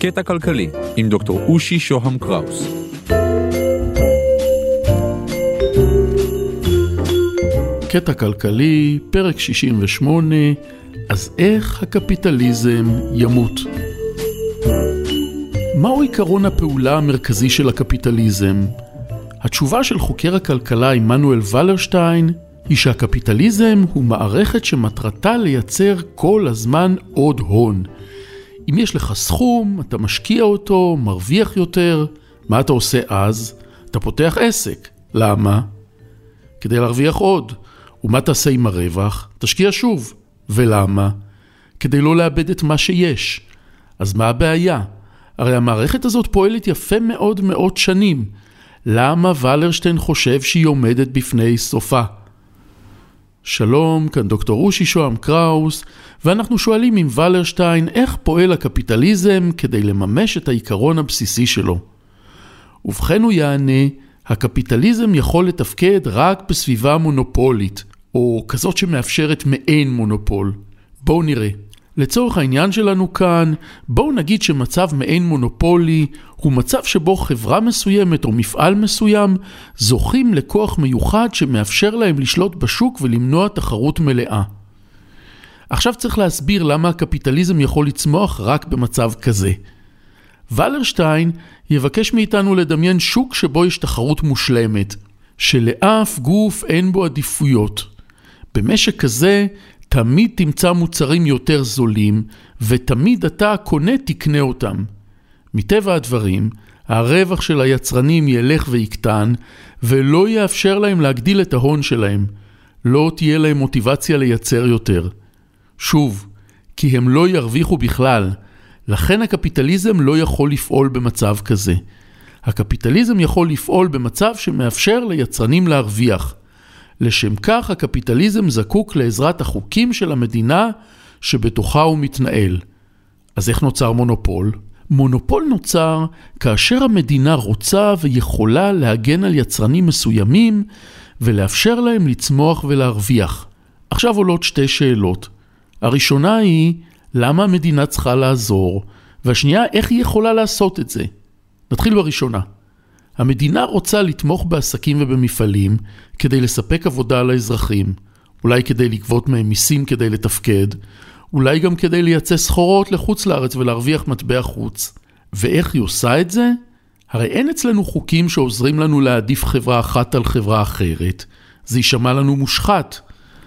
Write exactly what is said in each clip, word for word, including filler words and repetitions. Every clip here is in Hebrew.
קטע כלכלי עם דוקטור אושי שוהם קראוס. קטע כלכלי, פרק שישים ושמונה, אז איך הקפיטליזם ימות? מהו עיקרון הפעולה המרכזי של הקפיטליזם? התשובה של חוקר הכלכלה עמנואל ולרשטיין היא שהקפיטליזם הוא מערכת שמטרתה לייצר כל הזמן עוד הון. אם יש לך סכום, אתה משקיע אותו, מרוויח יותר, מה אתה עושה אז? אתה פותח עסק. למה? כדי להרוויח עוד. ומה תעשה עם הרווח? תשקיע שוב. ולמה? כדי לא לאבד את מה שיש. אז מה הבעיה? הרי המערכת הזאת פועלת יפה מאוד מאות שנים. למה ולרשטיין חושב שהיא עומדת בפני סופה? שלום, כאן דוקטור אושי שוהם קראוס, ואנחנו שואלים עם ולרשטיין איך פועל הקפיטליזם כדי לממש את העיקרון הבסיסי שלו. ובכן הוא יענה, הקפיטליזם יכול לתפקד רק בסביבה מונופולית, או כזאת שמאפשרת מעין מונופול. בואו נראה. לצורך העניין שלנו כאן, בואו נגיד שמצב מעין מונופולי הוא מצב שבו חברה מסוימת או מפעל מסוים זוכים לכוח מיוחד שמאפשר להם לשלוט בשוק ולמנוע תחרות מלאה. עכשיו צריך להסביר למה הקפיטליזם יכול לצמוח רק במצב כזה. ולרשטיין יבקש מאיתנו לדמיין שוק שבו יש תחרות מושלמת, שלאף גוף אין בו עדיפויות. במשק כזה תמיד תמצא מוצרים יותר זולים, ותמיד אתה הקונה תקנה אותם. מטבע הדברים, הרווח של היצרנים ילך ויקטן, ולא יאפשר להם להגדיל את ההון שלהם. לא תהיה להם מוטיבציה לייצר יותר. שוב, כי הם לא ירוויחו בכלל. לכן הקפיטליזם לא יכול לפעול במצב כזה. הקפיטליזם יכול לפעול במצב שמאפשר ליצרנים להרוויח. לשם כך הקפיטליזם זקוק לעזרת החוקים של המדינה שבתוכה הוא מתנהל. אז איך נוצר מונופול? מונופול נוצר כאשר המדינה רוצה ויכולה להגן על יצרנים מסוימים ולאפשר להם לצמוח ולהרוויח. עכשיו עולות שתי שאלות. הראשונה היא, למה המדינה צריכה לעזור? והשנייה, איך היא יכולה לעשות את זה? נתחיל בראשונה. המדינה רוצה לתמוך בעסקים ובמפעלים כדי לספק עבודה לאזרחים, אולי כדי לגבות מהם מיסים כדי לתפקד, אולי גם כדי לייצא סחורות לחוץ לארץ ולהרוויח מטבע חוץ. ואיך היא עושה את זה? הרי אין אצלנו חוקים שעוזרים לנו להעדיף חברה אחת על חברה אחרת. זה יישמע לנו מושחת.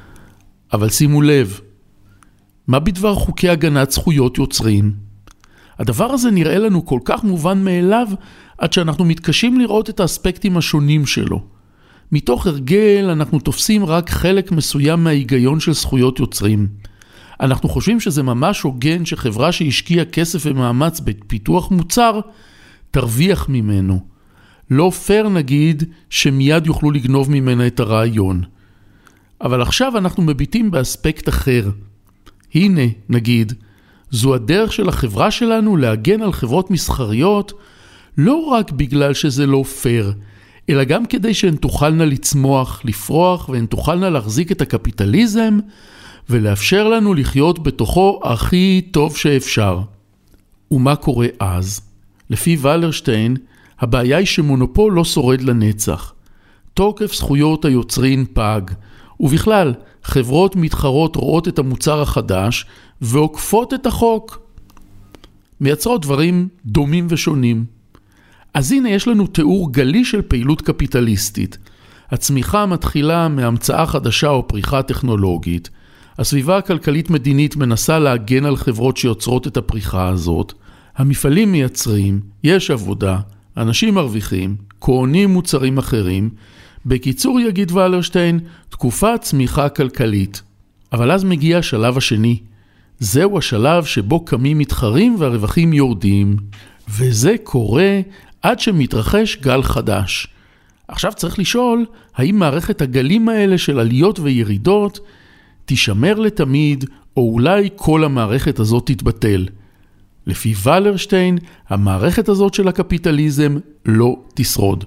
אבל שימו לב, מה בדבר חוקי הגנת זכויות יוצרים? הדבר הזה נראה לנו כל כך מובן מאליו, עד שאנחנו מתקשים לראות את האספקטים השונים שלו. מתוך הרגל אנחנו תופסים רק חלק מסוים מההיגיון של זכויות יוצרים. אנחנו חושבים שזה ממש הוגן שחברה שהשקיעה כסף ומאמץ בפיתוח מוצר, תרוויח ממנו. לא פייר נגיד שמיד יוכלו לגנוב ממנה את הרעיון. אבל עכשיו אנחנו מביטים באספקט אחר. הנה, נגיד, זו הדרך של החברה שלנו להגן על חברות מסחריות, לא רק בגלל שזה לא פייר, אלא גם כדי שהן תוכלנה לצמוח, לפרוח, והן תוכלנה להחזיק את הקפיטליזם, ולאפשר לנו לחיות בתוכו הכי טוב שאפשר. ומה קורה אז? לפי ולרשטיין, הבעיה היא שמונופול לא שורד לנצח. תוקף זכויות היוצרין פג, ובכלל, חברות מתחרות רואות את המוצר החדש, ועוקפות את החוק. מייצרות דברים דומים ושונים. אז הנה יש לנו תיאור גלי של פעילות קפיטליסטית. הצמיחה מתחילה מהמצאה חדשה או פריחה טכנולוגית. הסביבה הכלכלית מדינית מנסה להגן על חברות שיוצרות את הפריחה הזאת. המפעלים מייצרים, יש עבודה, אנשים מרוויחים, קונים מוצרים אחרים. בקיצור יגיד ולרשטיין, תקופת צמיחה כלכלית. אבל אז מגיע השלב השני. זהו השלב שבו קמים מתחרים והרווחים יורדים. וזה קורה עד שמתרחש גל חדש. עכשיו צריך לשאול, האם מערכת הגלים האלה של עליות וירידות תישמר לתמיד, או אולי כל המערכת הזאת תתבטל? לפי ולרשטיין, המערכת הזאת של הקפיטליזם לא תשרוד.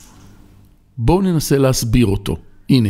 בואו ננסה להסביר אותו. הנה.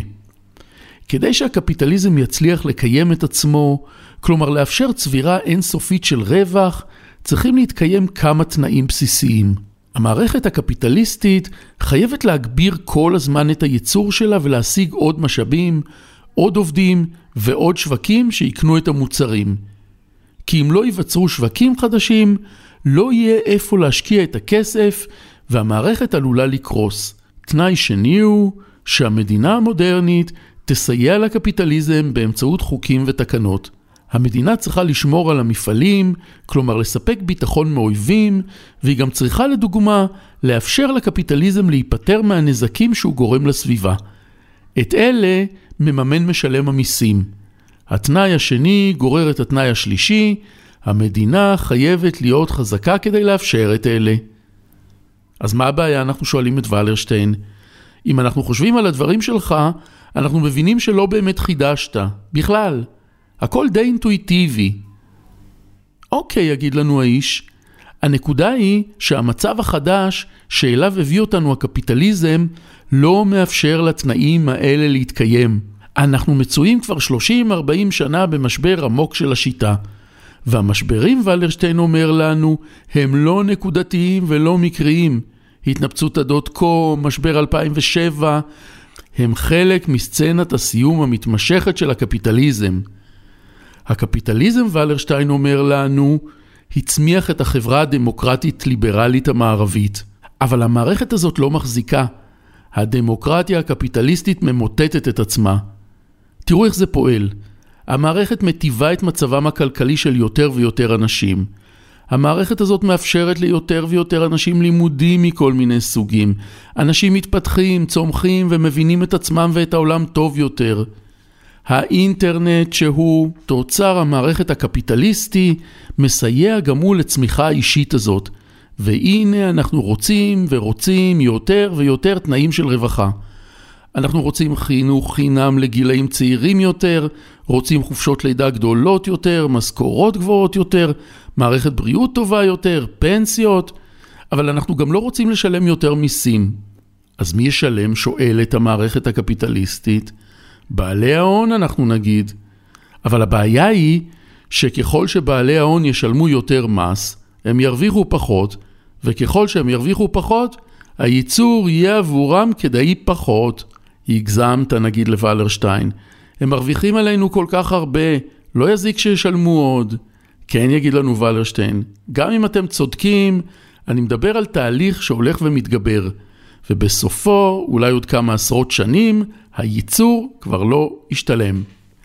כדי שהקפיטליזם יצליח לקיים את עצמו, כלומר לאפשר צבירה אינסופית של רווח, צריכים להתקיים כמה תנאים בסיסיים. המערכת הקפיטליסטית חייבת להגביר כל הזמן את הייצור שלה ולהשיג עוד משאבים, עוד עובדים ועוד שווקים שיקנו את המוצרים. כי אם לא ייווצרו שווקים חדשים, לא יהיה איפה להשקיע את הכסף והמערכת עלולה לקרוס. תנאי שני הוא שהמדינה המודרנית תסייע לקפיטליזם באמצעות חוקים ותקנות. המדינה צריכה לשמור על המפעלים, כלומר לספק ביטחון מאויבים, והיא גם צריכה לדוגמה לאפשר לקפיטליזם להיפטר מהנזקים שהוא גורם לסביבה. את אלה מממן משלם המיסים. התנאי השני גורר את התנאי השלישי, המדינה חייבת להיות חזקה כדי לאפשר את אלה. אז מה הבעיה? אנחנו שואלים את ולרשטיין. אם אנחנו חושבים על הדברים שלך, אנחנו מבינים שלא באמת חידשת. בכלל, הכל די אינטואיטיבי. אוקיי, יגיד לנו האיש, הנקודה היא שהמצב החדש שאליו הביא אותנו הקפיטליזם לא מאפשר לתנאים האלה להתקיים. אנחנו מצויים כבר שלושים ארבעים שנה במשבר עמוק של השיטה. והמשברים, ולרשטיין אומר לנו, הם לא נקודתיים ולא מקריים. התנפצות הדוט קום, משבר אלפיים ושבע, הם חלק מסצנת הסיום המתמשכת של הקפיטליזם. הקפיטליזם, ולרשטיין אומר לנו, הצמיח את החברה הדמוקרטית ליברלית המערבית. אבל המערכת הזאת לא מחזיקה. הדמוקרטיה הקפיטליסטית ממוטטת את עצמה. תראו איך זה פועל. המערכת מטיבה את מצבם הכלכלי של יותר ויותר אנשים. המערכת הזאת מאפשרת ליותר ויותר אנשים לימודים מכל מיני סוגים. אנשים מתפתחים, צומחים ומבינים את עצמם ואת העולם טוב יותר. האינטרנט שהוא תוצר המערכת הקפיטליסטי מסייע גם הוא לצמיחה האישית הזאת. והנה אנחנו רוצים ורוצים יותר ויותר תנאים של רווחה. אנחנו רוצים חינוך חינם לגילאים צעירים יותר, רוצים חופשות לידה גדולות יותר, משכורות גבוהות יותר, מערכת בריאות טובה יותר, פנסיות, אבל אנחנו גם לא רוצים לשלם יותר מיסים. אז מי ישלם? שואלת המערכת הקפיטליסטית. בעלי ההון אנחנו נגיד. אבל הבעיה היא שככל שבעלי ההון ישלמו יותר מס, הם ירוויחו פחות, וככל שהם ירוויחו פחות, הייצור יהיה עבורם כדאי פחות. הגזמת, נגיד לוולרשטיין. הם מרוויחים עלינו כל כך הרבה, לא יזיק שישלמו עוד. כן, יגיד לנו ולרשטיין. גם אם אתם צודקים, אני מדבר על תהליך שהולך ומתגבר. ובסופו, אולי עוד כמה עשרות שנים, הייצור כבר לא ישתלם.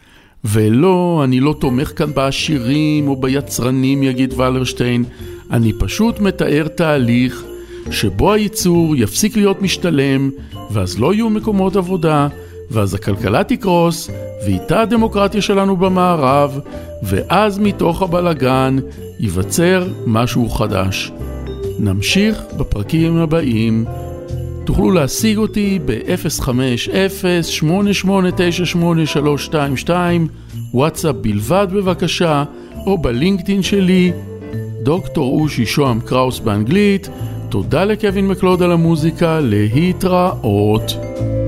ולא, אני לא תומך כאן בעשירים או ביצרנים, יגיד ולרשטיין. אני פשוט מתאר תהליך שבו הייצור יפסיק להיות משתלם, ואז לא יהיו מקומות עבודה, ואז הכלכלה תקרוס, ואיתה הדמוקרטיה שלנו במערב, ואז מתוך הבלגן ייווצר משהו חדש. נמשיך בפרקים הבאים. תוכלו להשיג אותי ב-אפס חמש אפס שמונה שמונה תשע שמונה שלוש שתיים שתיים, וואטסאפ בלבד בבקשה, או בלינקדאין שלי, דוקטור אושי שוהם קראוס באנגלית. תודה לקווין מקלוד על המוזיקה, להתראות.